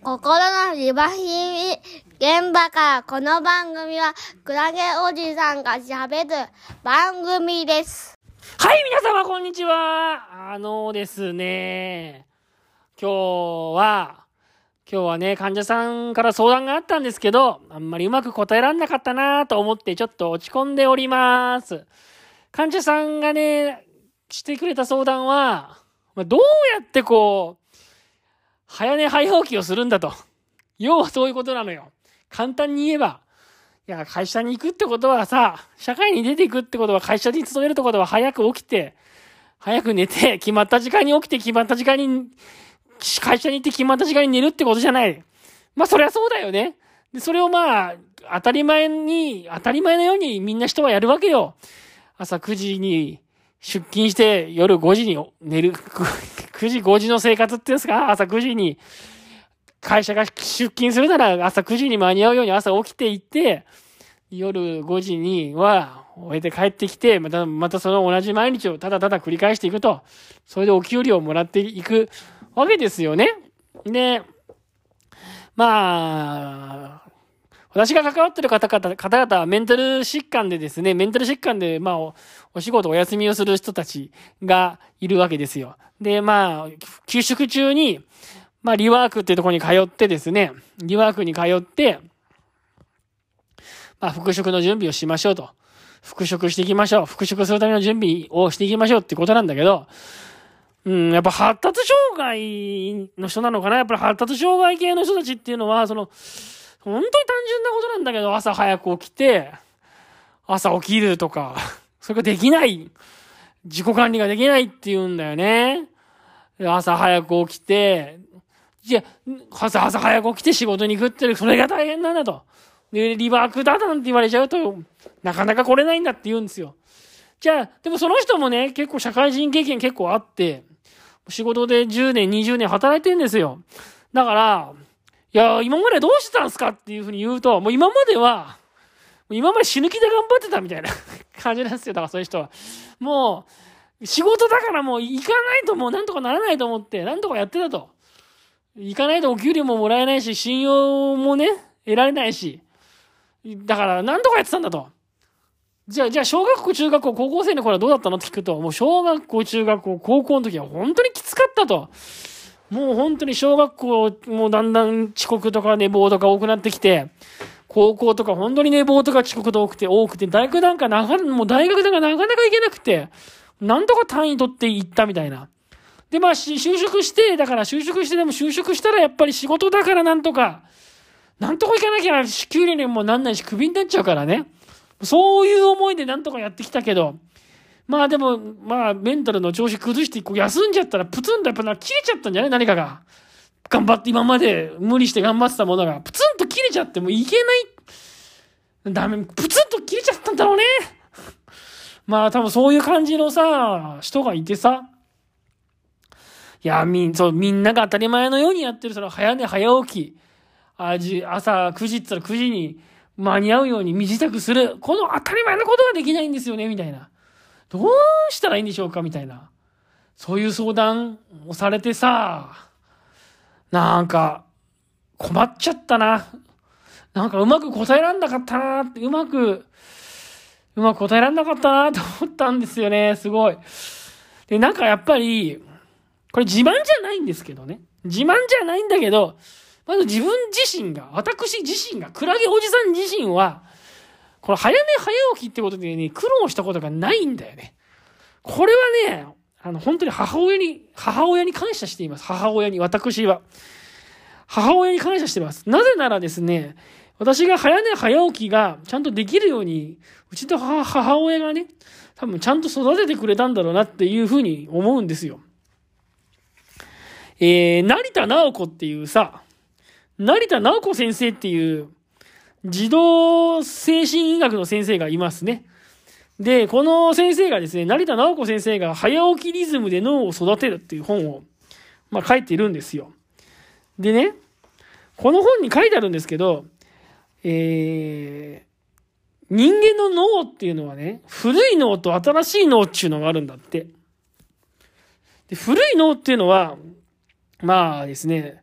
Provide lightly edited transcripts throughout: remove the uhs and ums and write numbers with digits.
心のリバヒミ現場からこの番組はクラゲおじさんが喋る番組です。 はい、皆様こんにちは。ですね、今日はね、患者さんから相談があったんですけど、あんまりうまく答えられなかったなと思ってちょっと落ち込んでおります。患者さんがね、してくれた相談は、どうやって早寝早起きをするんだと。要はそういうことなのよ。簡単に言えば、会社に行くってことはさ、社会に出ていくってことは、会社に勤めるってことは早く起きて、早く寝て、決まった時間に起きて、決まった時間に、会社に行って決まった時間に寝るってことじゃない。そりゃそうだよね。で、それを当たり前のようにみんな人はやるわけよ。朝9時に出勤して夜5時に寝る。9時5時の生活っていうんですか？朝9時に会社が出勤するなら朝9時に間に合うように朝起きていって、夜5時には終えて帰ってきて、またその同じ毎日をただただ繰り返していくと、それでお給料をもらっていくわけですよね。で、私が関わっている方々はメンタル疾患で、お仕事お休みをする人たちがいるわけですよ。で、休職中に、リワークっていうところに通ってですね、復職の準備をしましょうと。復職していきましょう。復職するための準備をしていきましょうってことなんだけど、やっぱ発達障害の人なのかな？やっぱり発達障害系の人たちっていうのは、本当に単純なことなんだけど、朝早く起きて、朝起きるとか、それができない。自己管理ができないって言うんだよね。朝早く起きて、朝早く起きて仕事に行くってそれが大変なんだと。で、リワークだなんて言われちゃうと、なかなか来れないんだって言うんですよ。でもその人もね、結構社会人経験結構あって、仕事で10年、20年働いてるんですよ。だから、今までどうしてたんすかっていうふうに言うと、今まで死ぬ気で頑張ってたみたいな感じなんですよ。だからそういう人は。もう、仕事だからもう行かないともうなんとかならないと思って、なんとかやってたと。行かないとお給料ももらえないし、信用もね、得られないし。だからなんとかやってたんだと。じゃあ小学校、中学校、高校生の頃はどうだったのって聞くと、もう小学校、中学校、高校の時は本当にきつかったと。もう本当に小学校もだんだん遅刻とか寝坊とか多くなってきて、高校とか本当に寝坊とか遅刻と多くて、大学なんかなかなか行けなくて、なんとか単位取っていったみたいな。で、就職してしたらやっぱり仕事だからなんとか行かなきゃ給料にもなんないしクビになっちゃうからね。そういう思いでなんとかやってきたけど、でも、メンタルの調子崩して休んじゃったらプツンとやっぱ切れちゃったんじゃない？何かが。頑張って、今まで無理して頑張ってたものが、プツンと切れちゃってもういけない。プツンと切れちゃったんだろうね。多分そういう感じの人がいてさ。みんなが当たり前のようにやってる早寝早起き。朝9時って言ったら9時に間に合うように身支度する。この当たり前のことができないんですよね、みたいな。どうしたらいいんでしょうかみたいな。そういう相談をされて困っちゃったな。うまく答えらんなかったなって、うまく答えらんなかったなと思ったんですよね、すごい。で、やっぱり、これ自慢じゃないんですけどね。自慢じゃないんだけど、まず私自身が、クラゲおじさん自身は、この早寝早起きってことでね、苦労したことがないんだよね。これはね、本当に母親に感謝しています。私は。母親に感謝しています。なぜならですね、私が早寝早起きがちゃんとできるように、うちの母親がね、多分ちゃんと育ててくれたんだろうなっていうふうに思うんですよ。成田直子先生っていう児童精神医学の先生がいますね。で、この先生がですね、成田直子先生が早起きリズムで脳を育てるっていう本を、書いているんですよ。でね、この本に書いてあるんですけど、人間の脳っていうのはね、古い脳と新しい脳っていうのがあるんだって。で、古い脳っていうのは、ですね、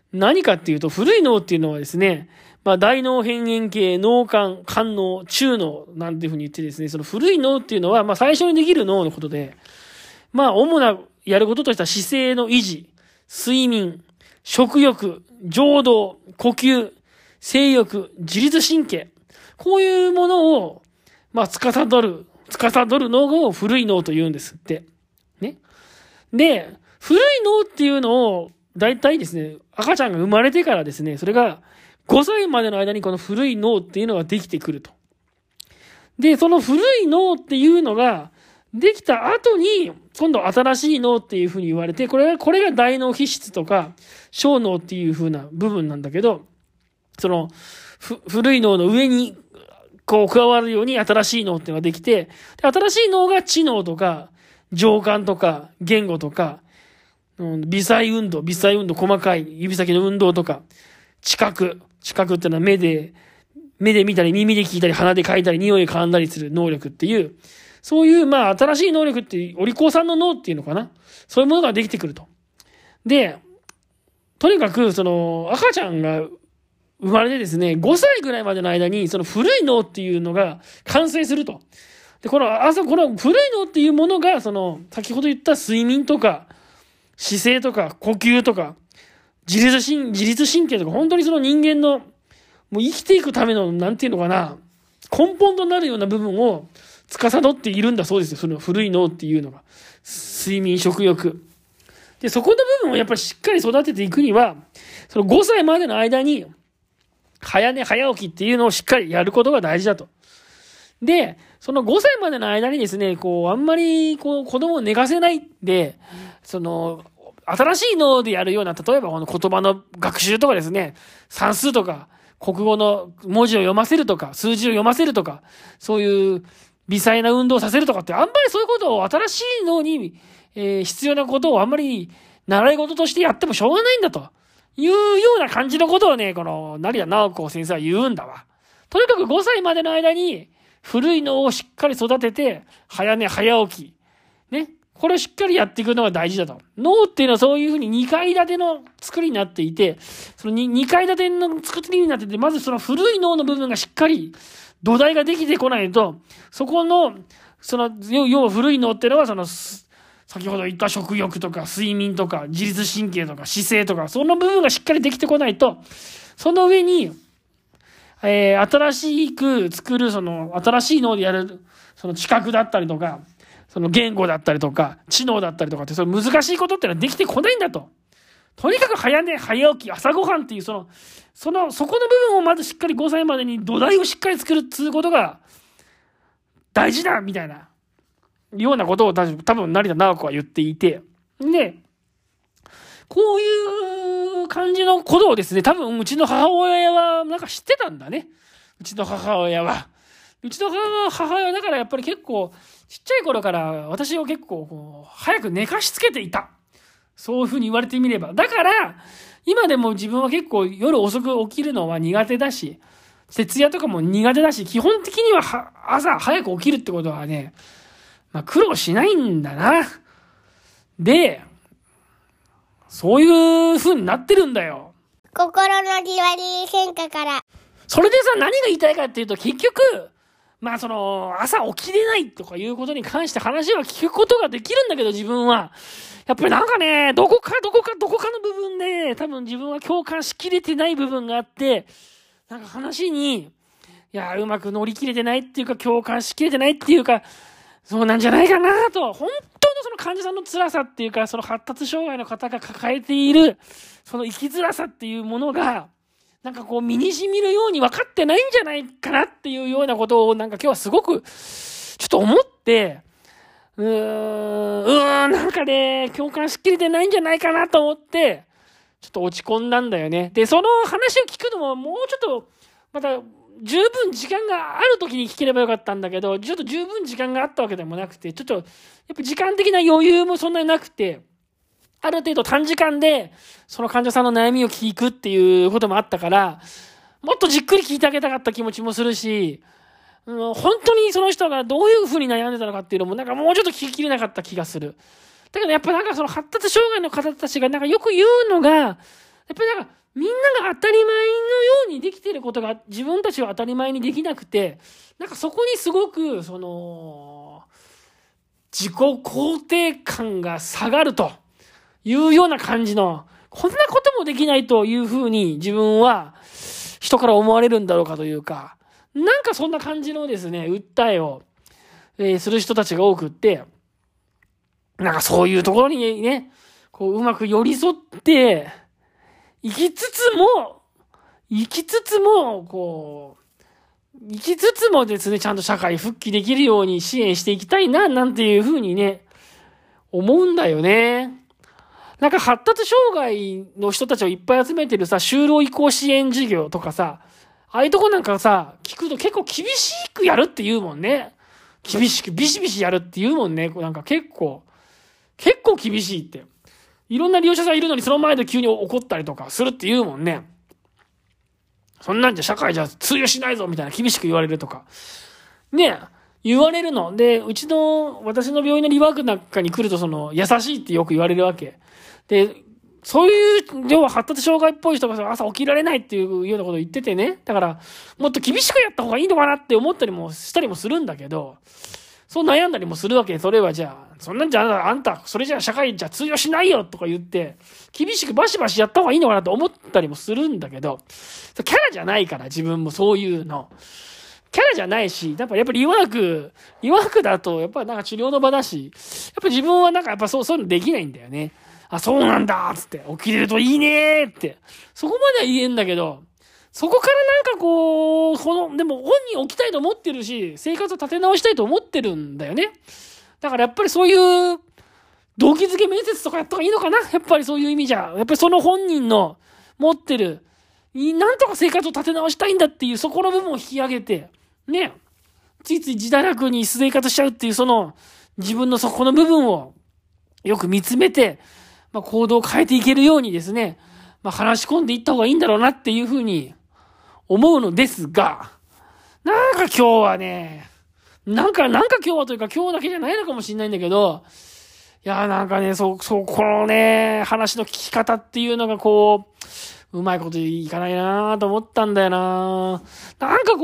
何かっていうと、古い脳っていうのはですね、大脳辺縁系、脳幹、肝脳、中脳なんていうふうに言ってですね、その古い脳っていうのは、最初にできる脳のことで、主なやることとしては姿勢の維持、睡眠、食欲、情動、呼吸、性欲、自律神経。こういうものを、司る脳を古い脳と言うんですって。ね。で、古い脳っていうのを、だいたいですね、赤ちゃんが生まれてからですね、それが5歳までの間にこの古い脳っていうのができてくると。で、その古い脳っていうのができた後に、今度新しい脳っていうふうに言われて、これが大脳皮質とか小脳っていうふうな部分なんだけど、その古い脳の上にこう加わるように新しい脳っていうのができて、で新しい脳が知能とか情感とか言語とか、微細運動、細かい指先の運動とか、知覚っていうのは目で見たり、耳で聞いたり、鼻で嗅いだり、匂いで噛んだりする能力っていう、そういう、新しい能力って、お利口さんの脳っていうのかな。そういうものができてくると。で、とにかく、赤ちゃんが生まれてですね、5歳ぐらいまでの間に、その古い脳っていうのが完成すると。で、この古い脳っていうものが、先ほど言った睡眠とか、姿勢とか、呼吸とか、自律神経とか、本当にその人間の、もう生きていくための、なんていうのかな、根本となるような部分を司っているんだそうですよ。その古い脳っていうのが。睡眠、食欲。で、そこの部分をやっぱりしっかり育てていくには、その5歳までの間に、早寝早起きっていうのをしっかりやることが大事だと。で、その5歳までの間にですね、あんまり、子供を寝かせないで、新しい脳でやるような、例えばこの言葉の学習とかですね、算数とか、国語の文字を読ませるとか、数字を読ませるとか、そういう微細な運動をさせるとかって、あんまりそういうことを新しい脳に、必要なことをあんまり習い事としてやってもしょうがないんだというような感じのことをね、この成田直子先生は言うんだわ。とにかく5歳までの間に古い脳をしっかり育てて、早寝早起き。ね。これをしっかりやっていくのが大事だと。脳っていうのはそういうふうに2階建ての作りになっていて、その 2階建ての作りになってて、まずその古い脳の部分がしっかり土台ができてこないと、そこの、要は古い脳っていうのは先ほど言った食欲とか睡眠とか自律神経とか姿勢とか、その部分がしっかりできてこないと、その上に、新しく作る新しい脳でやる、知覚だったりとか、言語だったりとか、知能だったりとかって、難しいことってのはできてこないんだと。とにかく早寝、早起き、朝ごはんっていう、そこの部分をまずしっかり5歳までに土台をしっかり作るっていうことが大事だみたいな、ようなことを多分成田直子は言っていて。で、こういう感じのことをですね、多分うちの母親はなんか知ってたんだね。うちの母親はだからやっぱり結構、ちっちゃい頃から私を結構早く寝かしつけていた。そういうふうに言われてみれば。だから、今でも自分は結構夜遅く起きるのは苦手だし、徹夜とかも苦手だし、基本的には朝早く起きるってことはね、苦労しないんだな。で、そういうふうになってるんだよ。 心のじわり変化から。 それでさ、何が言いたいかっていうと、結局、朝起きれないとかいうことに関して話は聞くことができるんだけど、自分は。やっぱりなんかね、どこかの部分で、多分自分は共感しきれてない部分があって、なんか話に、うまく乗り切れてないっていうか、共感しきれてないっていうか、そうなんじゃないかなと。本当の患者さんの辛さっていうか、発達障害の方が抱えている、生きづらさっていうものが、なんか身に染みるように分かってないんじゃないかなっていうようなことをなんか今日はすごくちょっと思って、なんかね、共感しきれてないんじゃないかなと思って、ちょっと落ち込んだんだよね。で、その話を聞くのももうちょっと、また十分時間がある時に聞ければよかったんだけど、ちょっと十分時間があったわけでもなくて、ちょっとやっぱ時間的な余裕もそんなになくて、ある程度短時間でその患者さんの悩みを聞くっていうこともあったから、もっとじっくり聞いてあげたかった気持ちもするし、本当にその人がどういうふうに悩んでたのかっていうのもなんかもうちょっと聞ききれなかった気がする。だけどやっぱなんか発達障害の方たちがなんかよく言うのが、やっぱりなんかみんなが当たり前のようにできてることが自分たちは当たり前にできなくて、なんかそこにすごく、自己肯定感が下がるというような感じの、こんなこともできないというふうに自分は人から思われるんだろうかというか、なんかそんな感じのですね、訴えを、する人たちが多くって、なんかそういうところにね、こううまく寄り添って、生きつつもですね、ちゃんと社会復帰できるように支援していきたいな、なんていうふうにね、思うんだよね。なんか発達障害の人たちをいっぱい集めてるさ、就労移行支援事業とかさ、ああいうとこなんかさ、聞くと結構厳しくやるって言うもんね。厳しく、ビシビシやるって言うもんね。なんか結構厳しいって。いろんな利用者さんいるのにその前で急に怒ったりとかするって言うもんね。そんなんじゃ社会じゃ通用しないぞみたいな厳しく言われるとか。ね言われるの。で、私の病院のリワークなんかに来ると優しいってよく言われるわけ。で、そういう、要は発達障害っぽい人が朝起きられないっていうようなことを言っててね。だから、もっと厳しくやった方がいいのかなって思ったりもしたりもするんだけど、そう悩んだりもするわけ。それはじゃあ、そんなんじゃあんた、それじゃあ社会じゃ通用しないよとか言って、厳しくバシバシやった方がいいのかなと思ったりもするんだけど、キャラじゃないから自分もそういうの。キャラじゃないし、やっぱりリワークだと、やっぱなんか治療の場だし、やっぱ自分はなんかやっぱそういうのできないんだよね。あ、そうなんだつって、起きれるといいねって。そこまでは言えんだけど、そこからなんかこう、でも本人起きたいと思ってるし、生活を立て直したいと思ってるんだよね。だからやっぱりそういう、動機づけ面接とかやった方がいいのかな？やっぱりそういう意味じゃ。やっぱりその本人の持ってる、なんとか生活を立て直したいんだっていう、そこの部分を引き上げて、ね、ついつい自堕落に生活しちゃうっていう、自分のそこの部分をよく見つめて、行動を変えていけるようにですね、話し込んでいった方がいいんだろうなっていうふうに思うのですが、なんか今日はね、なんか今日はというか今日だけじゃないのかもしれないんだけど、いやなんかね、このね、話の聞き方っていうのがうまいこといかないなと思ったんだよな。なんか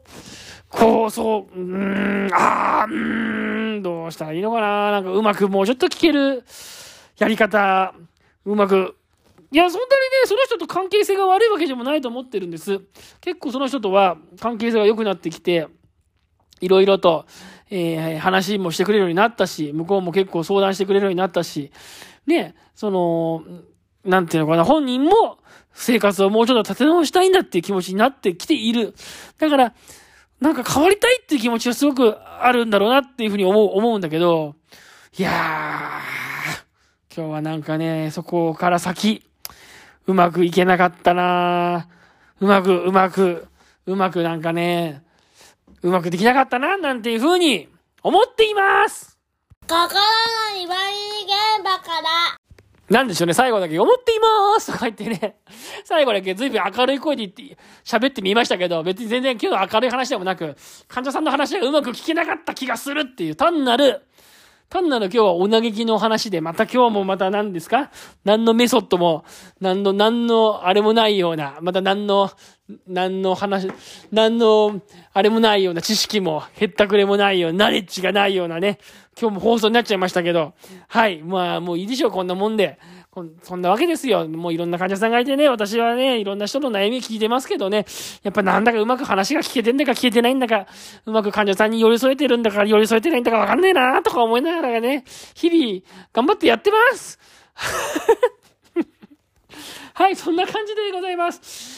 どうしたらいいのかな。なんかうまくもうちょっと聞けるやり方、うまく。いや、そんなにね、その人と関係性が悪いわけでもないと思ってるんです。結構その人とは関係性が良くなってきて、いろいろと、話もしてくれるようになったし、向こうも結構相談してくれるようになったし、ね、なんていうのかな、本人も生活をもうちょっと立て直したいんだっていう気持ちになってきている。だから、なんか変わりたいっていう気持ちがすごくあるんだろうなっていうふうに思うんだけど、いやー、今日はなんかね、そこから先、うまくいけなかったなうまくなんかね、うまくできなかったななんていうふうに思っています。 心のリバイ現場から。 なんでしょうね、最後だけ思っていますとか言ってね、最後だけずいぶん明るい声で喋ってみましたけど、別に全然今日の明るい話でもなく、患者さんの話がうまく聞けなかった気がするっていう、単なる今日はお嘆きの話で、また今日もまた何ですか？何のメソッドも、何のあれもないような、また何のあれもないような知識も、へったくれもないような、ナレッジがないようなね、今日も放送になっちゃいましたけど、はい、もういいでしょう、こんなもんで。そんなわけですよ。もういろんな患者さんがいてね、私はね、いろんな人の悩み聞いてますけどね、やっぱなんだかうまく話が聞けてんだか聞けてないんだか、うまく患者さんに寄り添えてるんだか寄り添えてないんだかわかんねえなとか思いながらね、日々頑張ってやってますはい、そんな感じでございます。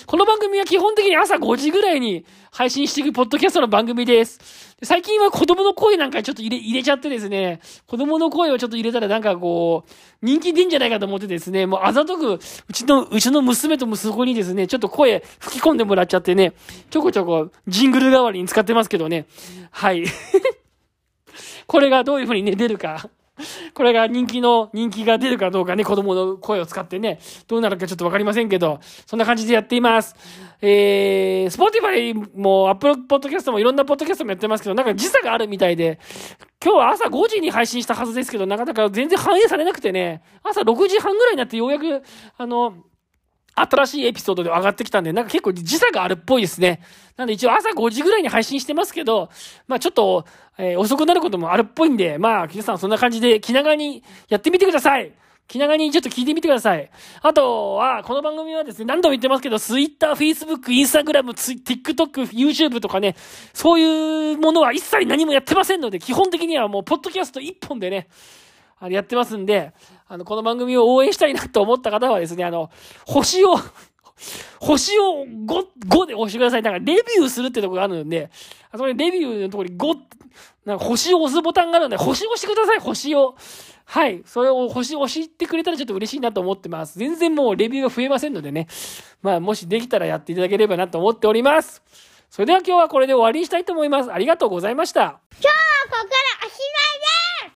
この番組は基本的に朝5時ぐらいに配信していくポッドキャストの番組です。最近は子供の声なんかちょっと入れちゃってですね、子供の声をちょっと入れたらなんか人気出んじゃないかと思ってですね、もうあざとく、うちの娘と息子にですね、ちょっと声吹き込んでもらっちゃってね、ちょこちょこジングル代わりに使ってますけどね。はい。これがどういう風にね、出るか。これが人気が出るかどうかね、子供の声を使ってね、どうなるかちょっとわかりませんけど、そんな感じでやっています。Spotify も Apple Podcast もいろんなポッドキャストもやってますけど、なんか時差があるみたいで、今日は朝5時に配信したはずですけど、なかなか全然反映されなくてね、朝6時半ぐらいになってようやく、 新しいエピソードで上がってきたんで、なんか結構時差があるっぽいですね。なんで一応朝5時ぐらいに配信してますけど、まあちょっと、遅くなることもあるっぽいんで、まあ皆さんそんな感じで気長にやってみてください。気長にちょっと聞いてみてください。あとは、この番組はですね、何度も言ってますけど、Twitter、Facebook、Instagram、TikTok、YouTube とかね、そういうものは一切何もやってませんので、基本的にはもう、ポッドキャスト一本でね、やってますんで、この番組を応援したいなと思った方はですね、星を5で押してください。なんか、レビューするってところがあるんで、そこにレビューのところに5、なんか星を押すボタンがあるんで、星を押してください、星を。はい。それを星を押してくれたらちょっと嬉しいなと思ってます。全然もうレビューが増えませんのでね。まあ、もしできたらやっていただければなと思っております。それでは今日はこれで終わりにしたいと思います。ありがとうございました。 今日はここ